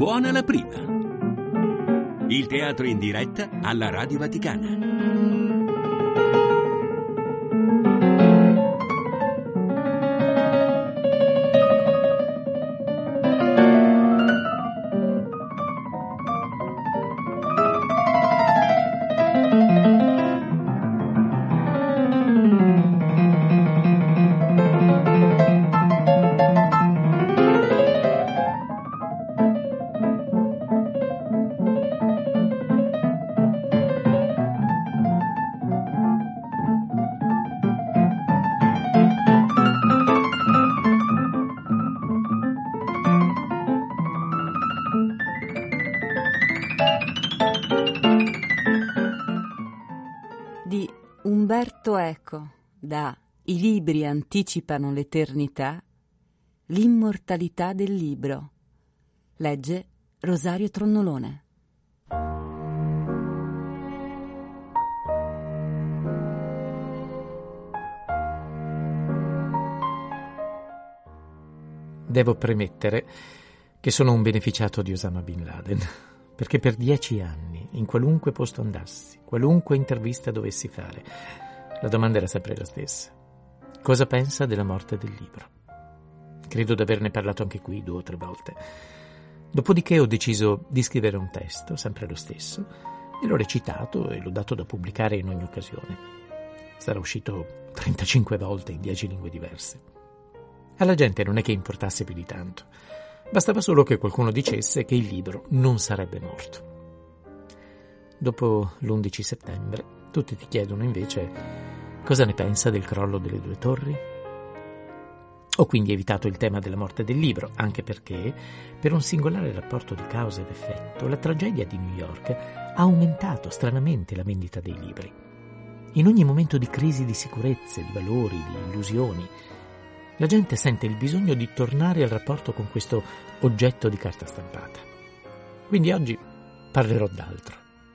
suona la prima. Il teatro in diretta alla Radio Vaticana. Di Umberto Eco, da I libri anticipano l'eternità, l'immortalità del libro. Legge Rosario Tronnolone. Devo premettere che sono un beneficiato di Osama Bin Laden, perché per 10 anni, in qualunque posto andassi, qualunque intervista dovessi fare, la domanda era sempre la stessa. Cosa pensa della morte del libro? Credo di averne parlato anche qui 2 o 3 volte. Dopodiché ho deciso di scrivere un testo, sempre lo stesso, e l'ho recitato e l'ho dato da pubblicare in ogni occasione. Sarà uscito 35 volte in 10 lingue diverse. Alla gente non è che importasse più di tanto. Bastava solo che qualcuno dicesse che il libro non sarebbe morto. Dopo l'11 settembre, tutti ti chiedono invece cosa ne pensa del crollo delle 2 torri. Ho quindi evitato il tema della morte del libro, anche perché, per un singolare rapporto di causa ed effetto, la tragedia di New York ha aumentato stranamente la vendita dei libri. In ogni momento di crisi di sicurezze, di valori, di illusioni, la gente sente il bisogno di tornare al rapporto con questo oggetto di carta stampata. Quindi oggi parlerò d'altro.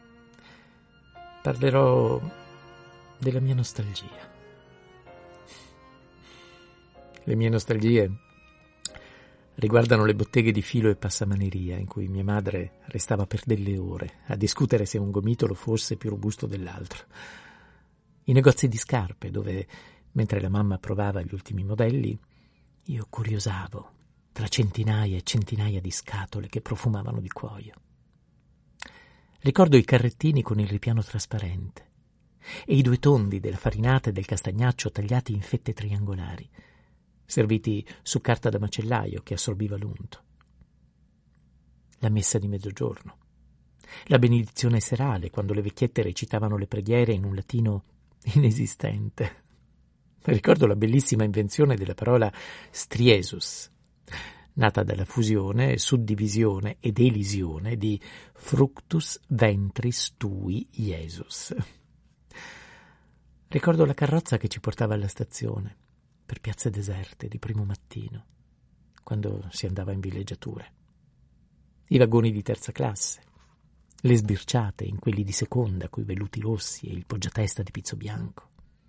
Parlerò della mia nostalgia. Le mie nostalgie riguardano le botteghe di filo e passamaneria in cui mia madre restava per delle ore a discutere se un gomitolo fosse più robusto dell'altro. I negozi di scarpe dove, mentre la mamma provava gli ultimi modelli, io curiosavo tra centinaia e centinaia di scatole che profumavano di cuoio. Ricordo i carrettini con il ripiano trasparente e i 2 tondi della farinata e del castagnaccio tagliati in fette triangolari, serviti su carta da macellaio che assorbiva l'unto. La messa di mezzogiorno, la benedizione serale quando le vecchiette recitavano le preghiere in un latino inesistente. Ricordo la bellissima invenzione della parola striesus, nata dalla fusione, suddivisione ed elisione di fructus ventris tui Iesus. Ricordo la carrozza che ci portava alla stazione, per piazze deserte di primo mattino, quando si andava in villeggiature. I vagoni di terza classe, le sbirciate in quelli di seconda coi velluti rossi e il poggiatesta di pizzo bianco.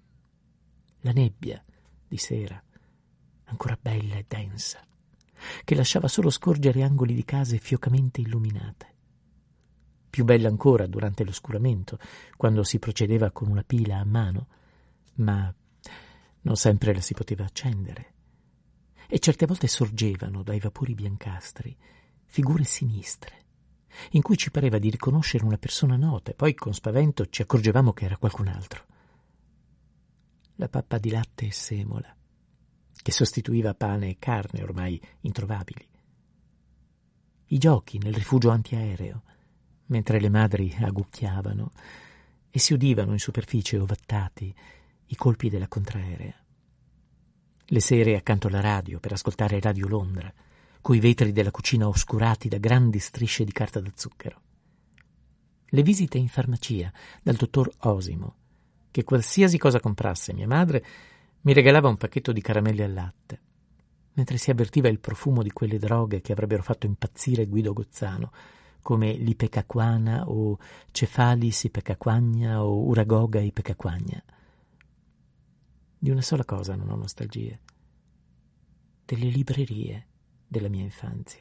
La nebbia di sera, ancora bella e densa, che lasciava solo scorgere angoli di case fiocamente illuminate. Più bella ancora durante l'oscuramento, quando si procedeva con una pila a mano, ma non sempre la si poteva accendere. E certe volte sorgevano dai vapori biancastri figure sinistre, in cui ci pareva di riconoscere una persona nota e poi con spavento ci accorgevamo che era qualcun altro. La pappa di latte e semola, che sostituiva pane e carne ormai introvabili. I giochi nel rifugio antiaereo, mentre le madri agucchiavano e si udivano in superficie ovattati i colpi della contraerea. Le sere accanto alla radio per ascoltare Radio Londra, coi vetri della cucina oscurati da grandi strisce di carta da zucchero. Le visite in farmacia dal dottor Osimo, che qualsiasi cosa comprasse mia madre mi regalava un pacchetto di caramelle al latte, mentre si avvertiva il profumo di quelle droghe che avrebbero fatto impazzire Guido Gozzano, come l'ipecacuana o cefalis ipecacuagna o uragoga ipecacuagna. Di una sola cosa non ho nostalgie: delle librerie della mia infanzia,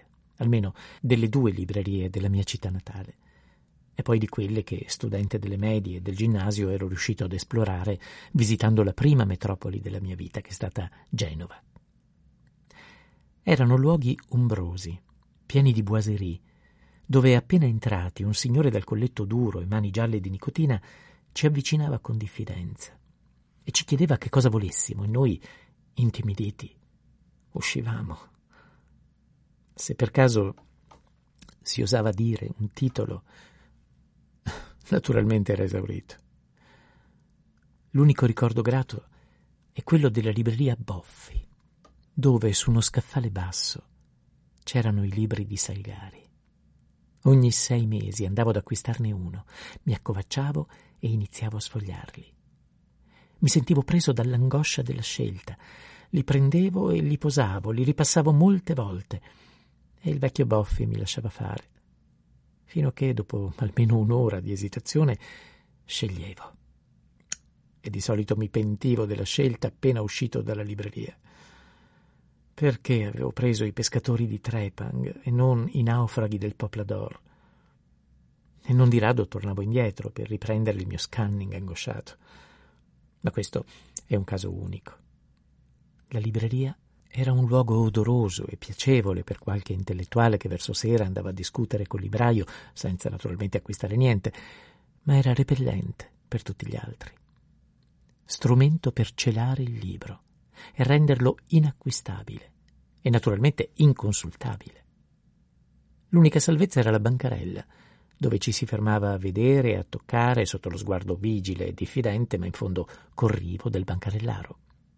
almeno delle 2 librerie della mia città natale, e poi di quelle che, studente delle medie e del ginnasio, ero riuscito ad esplorare visitando la prima metropoli della mia vita, che è stata Genova. Erano luoghi ombrosi, pieni di boiserie, dove appena entrati un signore dal colletto duro e mani gialle di nicotina ci avvicinava con diffidenza e ci chiedeva che cosa volessimo, e noi, intimiditi, uscivamo. Se per caso si osava dire un titolo, naturalmente era esaurito. L'unico ricordo grato è quello della libreria Boffi, dove su uno scaffale basso c'erano i libri di Salgari. Ogni 6 mesi andavo ad acquistarne uno, mi accovacciavo e iniziavo a sfogliarli. Mi sentivo preso dall'angoscia della scelta. Li prendevo e li posavo, li ripassavo molte volte e il vecchio Boffi mi lasciava fare, fino a che, dopo almeno un'ora di esitazione, sceglievo. E di solito mi pentivo della scelta appena uscito dalla libreria. Perché avevo preso i pescatori di Trepang e non i naufraghi del Poplador? E non di rado tornavo indietro per riprendere il mio scanning angosciato. Ma questo è un caso unico. La libreria era un luogo odoroso e piacevole per qualche intellettuale che verso sera andava a discutere col libraio senza naturalmente acquistare niente, ma era repellente per tutti gli altri. Strumento per celare il libro e renderlo inacquistabile e naturalmente inconsultabile. L'unica salvezza era la bancarella, dove ci si fermava a vedere e a toccare sotto lo sguardo vigile e diffidente, ma in fondo corrivo del bancarellaro.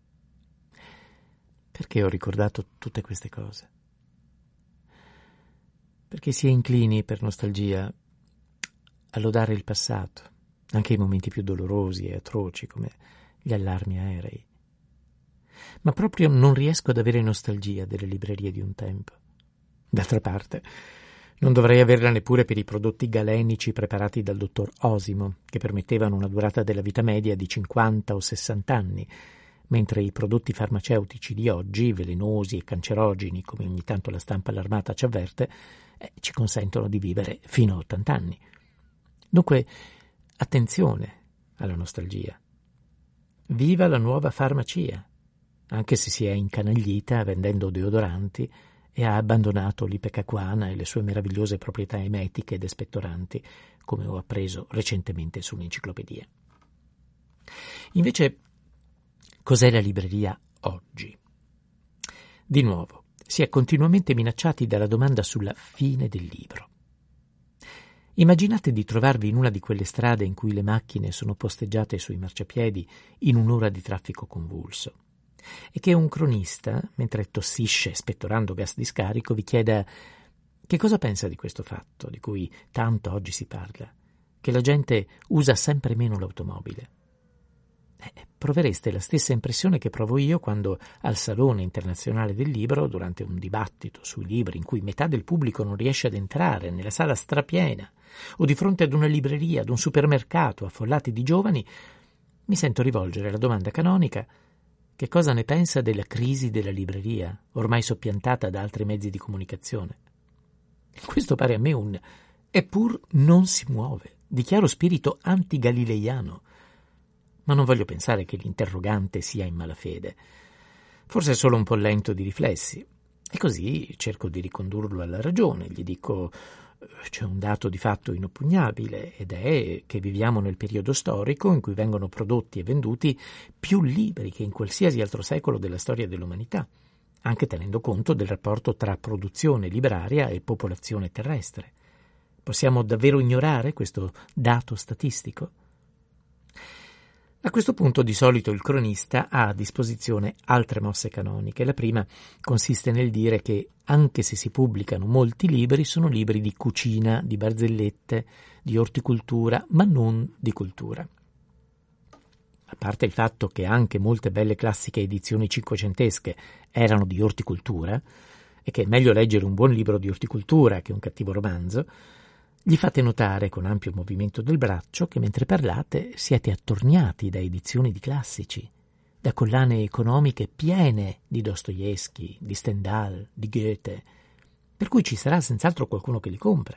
Perché ho ricordato tutte queste cose? Perché si è inclini per nostalgia a lodare il passato, anche i momenti più dolorosi e atroci come gli allarmi aerei. Ma proprio non riesco ad avere nostalgia delle librerie di un tempo. D'altra parte, non dovrei averla neppure per i prodotti galenici preparati dal dottor Osimo, che permettevano una durata della vita media di 50 o 60 anni, mentre i prodotti farmaceutici di oggi, velenosi e cancerogeni, come ogni tanto la stampa allarmata ci avverte, ci consentono di vivere fino a 80 anni. Dunque, attenzione alla nostalgia. Viva la nuova farmacia, anche se si è incanaglita vendendo deodoranti e ha abbandonato l'ipecacuana e le sue meravigliose proprietà emetiche ed espettoranti, come ho appreso recentemente su un'enciclopedia. Invece, cos'è la libreria oggi? Di nuovo, si è continuamente minacciati dalla domanda sulla fine del libro. Immaginate di trovarvi in una di quelle strade in cui le macchine sono posteggiate sui marciapiedi in un'ora di traffico convulso e che un cronista, mentre tossisce spettorando gas di scarico, vi chieda che cosa pensa di questo fatto di cui tanto oggi si parla, che la gente usa sempre meno l'automobile. Provereste la stessa impressione che provo io quando al Salone Internazionale del Libro, durante un dibattito sui libri in cui metà del pubblico non riesce ad entrare nella sala strapiena, o di fronte ad una libreria, ad un supermercato affollati di giovani, mi sento rivolgere la domanda canonica: che cosa ne pensa della crisi della libreria, ormai soppiantata da altri mezzi di comunicazione? Questo pare a me un «eppur non si muove» di chiaro spirito antigalileiano. Ma non voglio pensare che l'interrogante sia in malafede. Forse è solo un po' lento di riflessi. E così cerco di ricondurlo alla ragione. Gli dico: c'è un dato di fatto inoppugnabile, ed è che viviamo nel periodo storico in cui vengono prodotti e venduti più libri che in qualsiasi altro secolo della storia dell'umanità, anche tenendo conto del rapporto tra produzione libraria e popolazione terrestre. Possiamo davvero ignorare questo dato statistico? A questo punto di solito il cronista ha a disposizione altre mosse canoniche. La prima consiste nel dire che, anche se si pubblicano molti libri, sono libri di cucina, di barzellette, di orticoltura, ma non di cultura. A parte il fatto che anche molte belle classiche edizioni cinquecentesche erano di orticoltura, e che è meglio leggere un buon libro di orticoltura che un cattivo romanzo, gli fate notare con ampio movimento del braccio che mentre parlate siete attorniati da edizioni di classici, da collane economiche piene di Dostoevskij, di Stendhal, di Goethe, per cui ci sarà senz'altro qualcuno che li compra.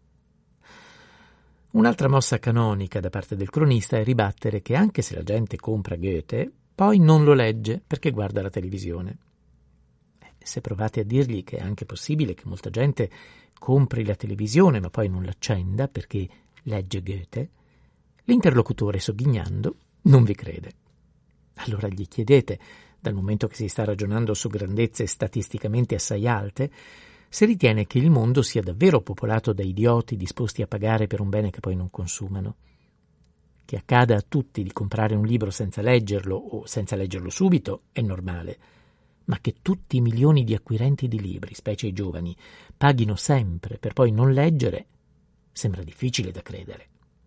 Un'altra mossa canonica da parte del cronista è ribattere che anche se la gente compra Goethe, poi non lo legge perché guarda la televisione. Se provate a dirgli che è anche possibile che molta gente compri la televisione ma poi non l'accenda perché legge Goethe, l'interlocutore, sogghignando, non vi crede. Allora gli chiedete, dal momento che si sta ragionando su grandezze statisticamente assai alte, se ritiene che il mondo sia davvero popolato da idioti disposti a pagare per un bene che poi non consumano. Che accada a tutti di comprare un libro senza leggerlo o senza leggerlo subito è normale, ma che tutti i milioni di acquirenti di libri, specie i giovani, paghino sempre per poi non leggere, sembra difficile da credere.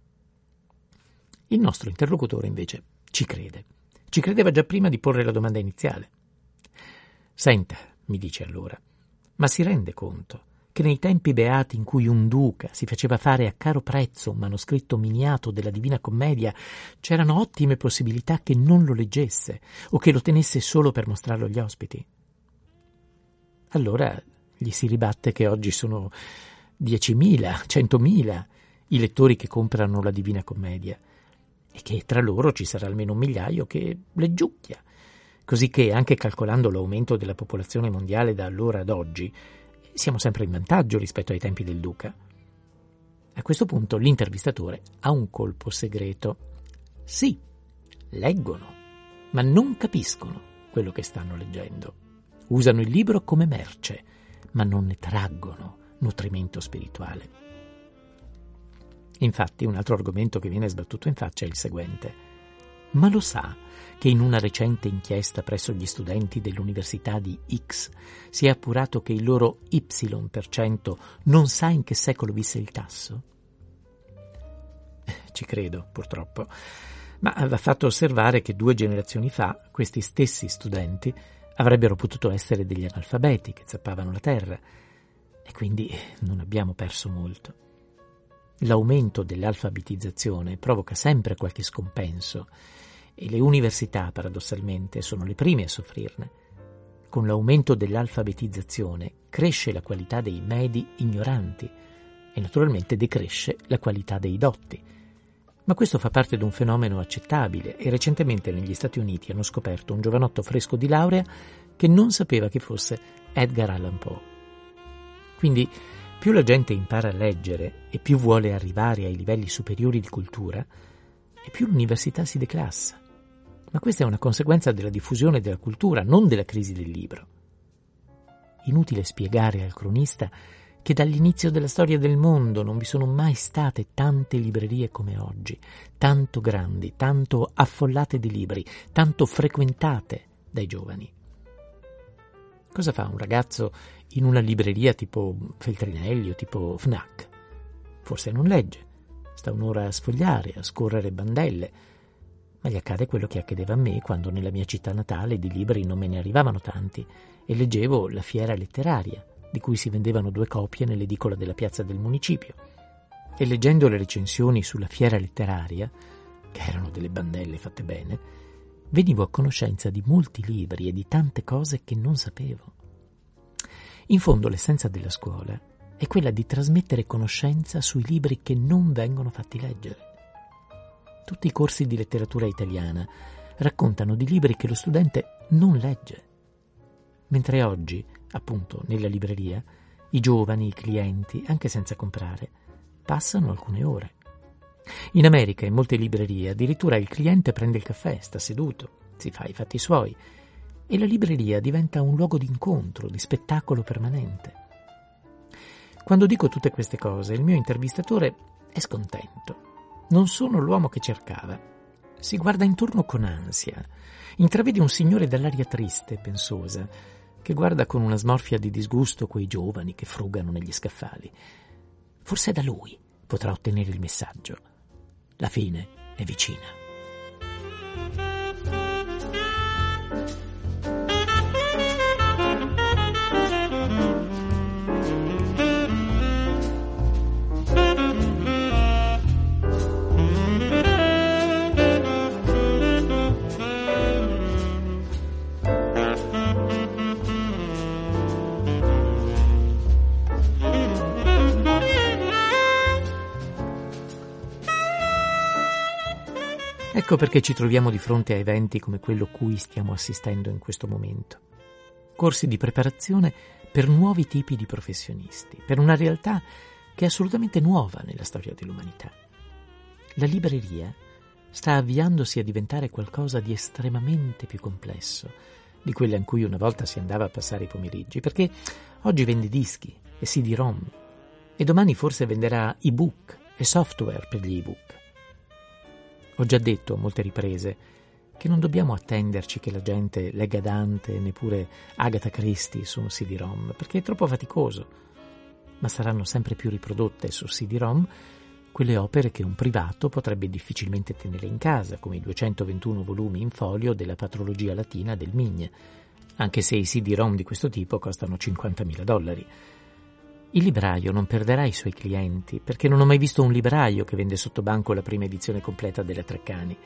Il nostro interlocutore invece ci crede. Ci credeva già prima di porre la domanda iniziale. «Senta», mi dice allora, «ma si rende conto che nei tempi beati in cui un duca si faceva fare a caro prezzo un manoscritto miniato della Divina Commedia c'erano ottime possibilità che non lo leggesse o che lo tenesse solo per mostrarlo agli ospiti?» Allora gli si ribatte che oggi sono 10.000, 100.000 i lettori che comprano la Divina Commedia e che tra loro ci sarà almeno 1 migliaio che leggiucchia, così che anche calcolando l'aumento della popolazione mondiale da allora ad oggi siamo sempre in vantaggio rispetto ai tempi del duca. A questo punto l'intervistatore ha un colpo segreto. Sì, leggono, ma non capiscono quello che stanno leggendo. Usano il libro come merce, ma non ne traggono nutrimento spirituale. Infatti, un altro argomento che viene sbattuto in faccia è il seguente. Ma lo sa che in una recente inchiesta presso gli studenti dell'Università di X si è appurato che il loro Y% non sa in che secolo visse il Tasso? Ci credo, purtroppo, ma va fatto osservare che 2 generazioni fa questi stessi studenti avrebbero potuto essere degli analfabeti che zappavano la terra e quindi non abbiamo perso molto. L'aumento dell'alfabetizzazione provoca sempre qualche scompenso e le università, paradossalmente, sono le prime a soffrirne. Con l'aumento dell'alfabetizzazione cresce la qualità dei medi ignoranti e naturalmente decresce la qualità dei dotti. Ma questo fa parte di un fenomeno accettabile e recentemente negli Stati Uniti hanno scoperto un giovanotto fresco di laurea che non sapeva che fosse Edgar Allan Poe. Quindi più la gente impara a leggere e più vuole arrivare ai livelli superiori di cultura, e più l'università si declassa. Ma questa è una conseguenza della diffusione della cultura, non della crisi del libro. Inutile spiegare al cronista che dall'inizio della storia del mondo non vi sono mai state tante librerie come oggi, tanto grandi, tanto affollate di libri, tanto frequentate dai giovani. Cosa fa un ragazzo in una libreria tipo Feltrinelli o tipo Fnac? Forse non legge, sta un'ora a sfogliare, a scorrere bandelle, ma gli accade quello che accadeva a me quando nella mia città natale di libri non me ne arrivavano tanti e leggevo La Fiera Letteraria, di cui si vendevano 2 copie nell'edicola della piazza del municipio. E leggendo le recensioni sulla Fiera Letteraria, che erano delle bandelle fatte bene, venivo a conoscenza di molti libri e di tante cose che non sapevo. In fondo l'essenza della scuola è quella di trasmettere conoscenza sui libri che non vengono fatti leggere. Tutti i corsi di letteratura italiana raccontano di libri che lo studente non legge, mentre oggi, appunto, nella libreria, i giovani, i clienti, anche senza comprare, passano alcune ore. In America, in molte librerie, addirittura il cliente prende il caffè, sta seduto, si fa i fatti suoi, e la libreria diventa un luogo di incontro, di spettacolo permanente. Quando dico tutte queste cose, il mio intervistatore è scontento. Non sono l'uomo che cercava. Si guarda intorno con ansia. Intravede un signore dall'aria triste, pensosa, che guarda con una smorfia di disgusto quei giovani che frugano negli scaffali. Forse da lui potrà ottenere il messaggio. La fine è vicina. Ecco perché ci troviamo di fronte a eventi come quello cui stiamo assistendo in questo momento. Corsi di preparazione per nuovi tipi di professionisti, per una realtà che è assolutamente nuova nella storia dell'umanità. La libreria sta avviandosi a diventare qualcosa di estremamente più complesso di quella in cui una volta si andava a passare i pomeriggi, perché oggi vende dischi e CD-ROM e domani forse venderà ebook e software per gli ebook. Ho già detto a molte riprese che non dobbiamo attenderci che la gente legga Dante, neppure Agatha Christie su un CD-ROM, perché è troppo faticoso, ma saranno sempre più riprodotte su CD-ROM quelle opere che un privato potrebbe difficilmente tenere in casa, come i 221 volumi in folio della Patrologia Latina del Migne, anche se i CD-ROM di questo tipo costano $50.000. Il libraio non perderà i suoi clienti, perché non ho mai visto un libraio che vende sotto banco la prima edizione completa della Treccani.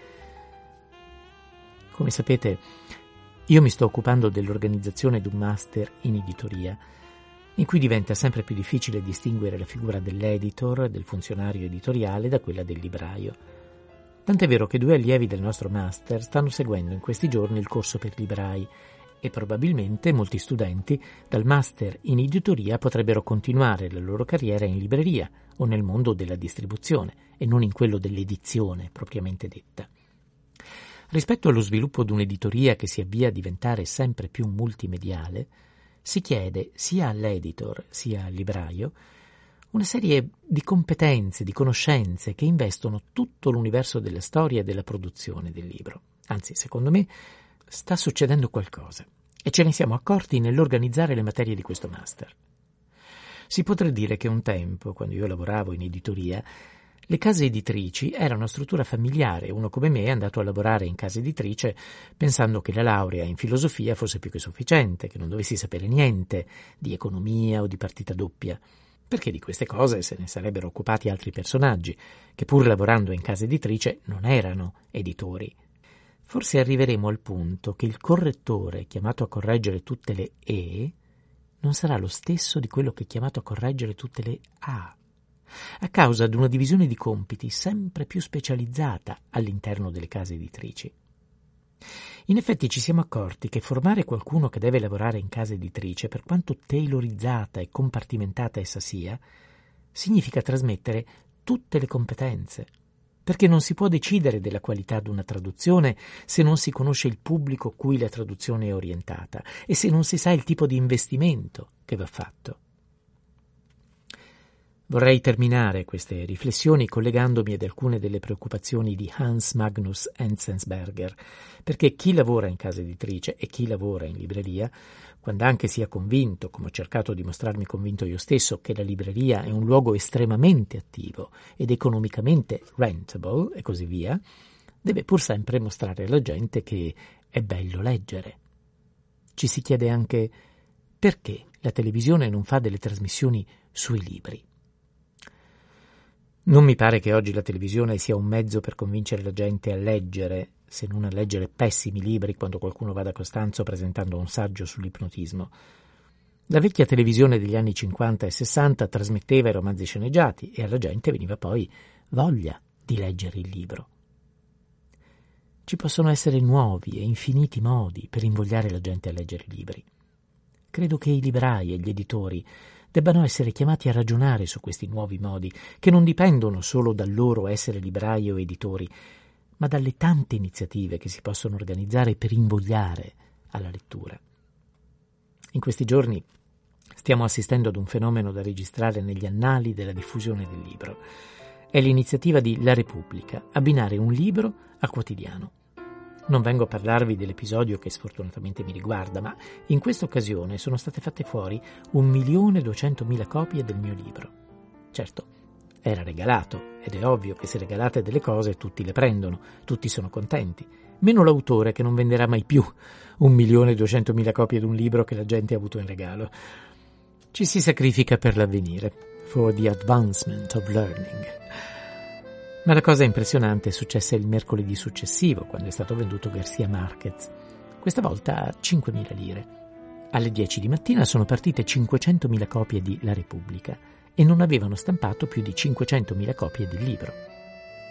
Come sapete, io mi sto occupando dell'organizzazione di un master in editoria, in cui diventa sempre più difficile distinguere la figura dell'editor, del funzionario editoriale, da quella del libraio. Tant'è vero che 2 allievi del nostro master stanno seguendo in questi giorni il corso per librai e probabilmente molti studenti dal master in editoria potrebbero continuare la loro carriera in libreria o nel mondo della distribuzione e non in quello dell'edizione propriamente detta. Rispetto allo sviluppo di un'editoria che si avvia a diventare sempre più multimediale, si chiede sia all'editor sia al libraio una serie di competenze, di conoscenze che investono tutto l'universo della storia e della produzione del libro. Anzi, secondo me, sta succedendo qualcosa e ce ne siamo accorti nell'organizzare le materie di questo master. Si potrà dire che un tempo, quando io lavoravo in editoria, le case editrici erano una struttura familiare. Uno come me è andato a lavorare in casa editrice pensando che la laurea in filosofia fosse più che sufficiente, che non dovessi sapere niente di economia o di partita doppia, perché di queste cose se ne sarebbero occupati altri personaggi, che pur lavorando in casa editrice non erano editori. Forse arriveremo al punto che il correttore chiamato a correggere tutte le E non sarà lo stesso di quello che è chiamato a correggere tutte le A, a causa di una divisione di compiti sempre più specializzata all'interno delle case editrici. In effetti ci siamo accorti che formare qualcuno che deve lavorare in casa editrice, per quanto tailorizzata e compartimentata essa sia, significa trasmettere tutte le competenze, perché non si può decidere della qualità di una traduzione se non si conosce il pubblico cui la traduzione è orientata e se non si sa il tipo di investimento che va fatto. Vorrei terminare queste riflessioni collegandomi ad alcune delle preoccupazioni di Hans Magnus Enzensberger, perché chi lavora in casa editrice e chi lavora in libreria, quando anche sia convinto, come ho cercato di mostrarmi convinto io stesso, che la libreria è un luogo estremamente attivo ed economicamente rentable e così via, deve pur sempre mostrare alla gente che è bello leggere. Ci si chiede anche perché la televisione non fa delle trasmissioni sui libri. Non mi pare che oggi la televisione sia un mezzo per convincere la gente a leggere, se non a leggere pessimi libri quando qualcuno va da Costanzo presentando un saggio sull'ipnotismo. La vecchia televisione degli anni 50 e 60 trasmetteva i romanzi sceneggiati e alla gente veniva poi voglia di leggere il libro. Ci possono essere nuovi e infiniti modi per invogliare la gente a leggere i libri. Credo che i librai e gli editori debbano essere chiamati a ragionare su questi nuovi modi, che non dipendono solo dal loro essere librai o editori, ma dalle tante iniziative che si possono organizzare per invogliare alla lettura. In questi giorni stiamo assistendo ad un fenomeno da registrare negli annali della diffusione del libro. È l'iniziativa di La Repubblica, abbinare un libro al quotidiano. Non vengo a parlarvi dell'episodio che sfortunatamente mi riguarda, ma in questa occasione sono state fatte fuori 1.200.000 copie del mio libro. Certo, era regalato, ed è ovvio che se regalate delle cose tutti le prendono, tutti sono contenti, meno l'autore che non venderà mai più 1.200.000 copie di un libro che la gente ha avuto in regalo. Ci si sacrifica per l'avvenire, for the advancement of learning. Ma la cosa impressionante è successa il mercoledì successivo, quando è stato venduto García Márquez, questa volta a 5.000 lire. Alle 10 di mattina sono partite 500.000 copie di La Repubblica e non avevano stampato più di 500.000 copie del libro.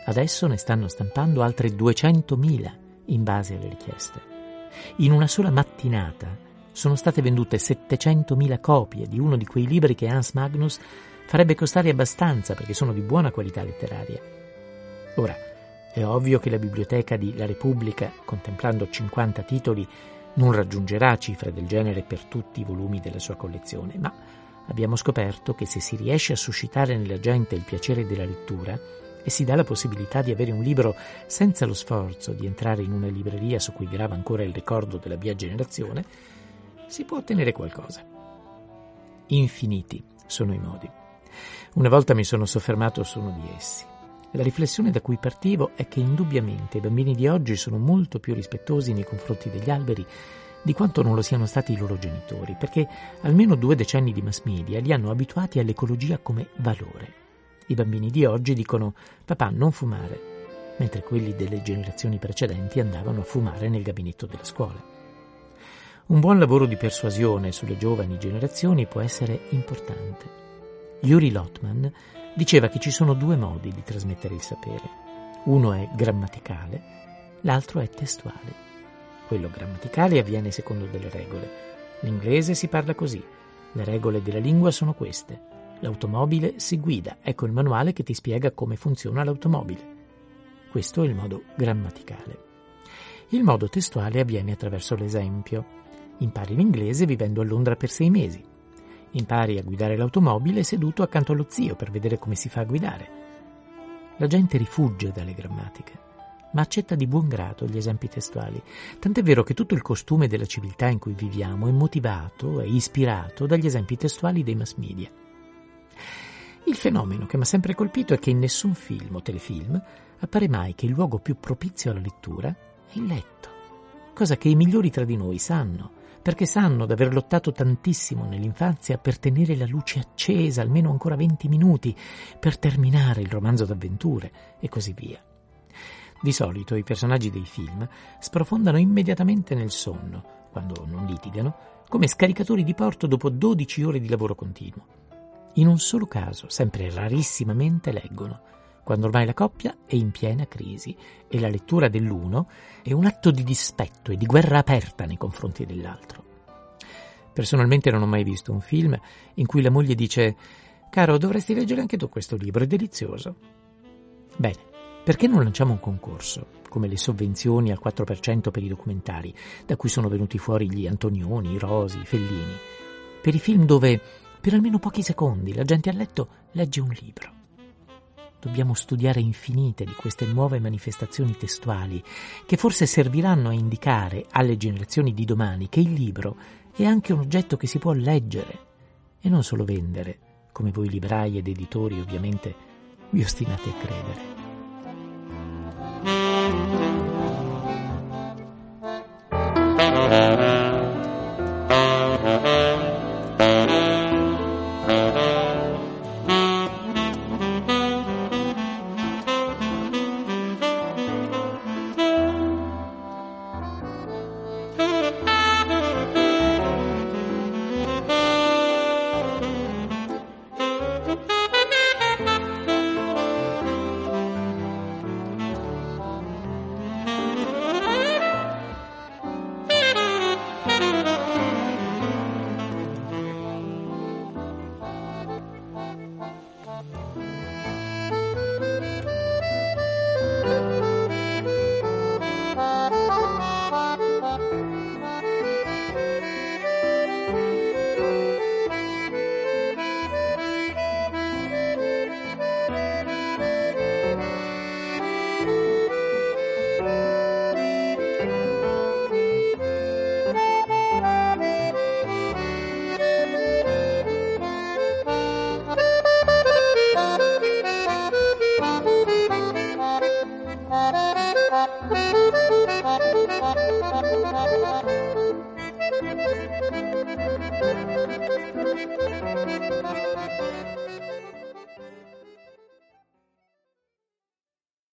Adesso ne stanno stampando altre 200.000 in base alle richieste. In una sola mattinata sono state vendute 700.000 copie di uno di quei libri che Hans Magnus farebbe costare abbastanza perché sono di buona qualità letteraria. Ora, è ovvio che la biblioteca di La Repubblica, contemplando 50 titoli, non raggiungerà cifre del genere per tutti i volumi della sua collezione, ma abbiamo scoperto che se si riesce a suscitare nella gente il piacere della lettura e si dà la possibilità di avere un libro senza lo sforzo di entrare in una libreria su cui grava ancora il ricordo della mia generazione, si può ottenere qualcosa. Infiniti sono i modi. Una volta mi sono soffermato su uno di essi. La riflessione da cui partivo è che indubbiamente i bambini di oggi sono molto più rispettosi nei confronti degli alberi di quanto non lo siano stati i loro genitori, perché almeno 2 decenni di mass media li hanno abituati all'ecologia come valore. I bambini di oggi dicono «papà, non fumare», mentre quelli delle generazioni precedenti andavano a fumare nel gabinetto della scuola. Un buon lavoro di persuasione sulle giovani generazioni può essere importante. Yuri Lotman diceva che ci sono 2 modi di trasmettere il sapere. Uno è grammaticale, l'altro è testuale. Quello grammaticale avviene secondo delle regole. L'inglese si parla così. Le regole della lingua sono queste. L'automobile si guida. Ecco il manuale che ti spiega come funziona l'automobile. Questo è il modo grammaticale. Il modo testuale avviene attraverso l'esempio. Impari l'inglese vivendo a Londra per 6 mesi. Impari a guidare l'automobile seduto accanto allo zio per vedere come si fa a guidare. La gente rifugge dalle grammatiche, ma accetta di buon grado gli esempi testuali. Tant'è vero che tutto il costume della civiltà in cui viviamo è motivato e ispirato dagli esempi testuali dei mass media. Il fenomeno che mi ha sempre colpito è che in nessun film o telefilm appare mai che il luogo più propizio alla lettura è il letto, cosa che i migliori tra di noi sanno, perché sanno d'aver lottato tantissimo nell'infanzia per tenere la luce accesa almeno ancora 20 minuti, per terminare il romanzo d'avventure e così via. Di solito i personaggi dei film sprofondano immediatamente nel sonno, quando non litigano, come scaricatori di porto dopo 12 ore di lavoro continuo. In un solo caso, sempre rarissimamente, leggono, quando ormai la coppia è in piena crisi e la lettura dell'uno è un atto di dispetto e di guerra aperta nei confronti dell'altro. Personalmente non ho mai visto un film in cui la moglie dice «Caro, dovresti leggere anche tu questo libro, è delizioso». Bene, perché non lanciamo un concorso, come le sovvenzioni al 4% per i documentari, da cui sono venuti fuori gli Antonioni, i Rosi, i Fellini, per i film dove, per almeno pochi secondi, la gente a letto legge un libro? Dobbiamo studiare infinite di queste nuove manifestazioni testuali che forse serviranno a indicare alle generazioni di domani che il libro è anche un oggetto che si può leggere e non solo vendere, come voi librai ed editori ovviamente vi ostinate a credere.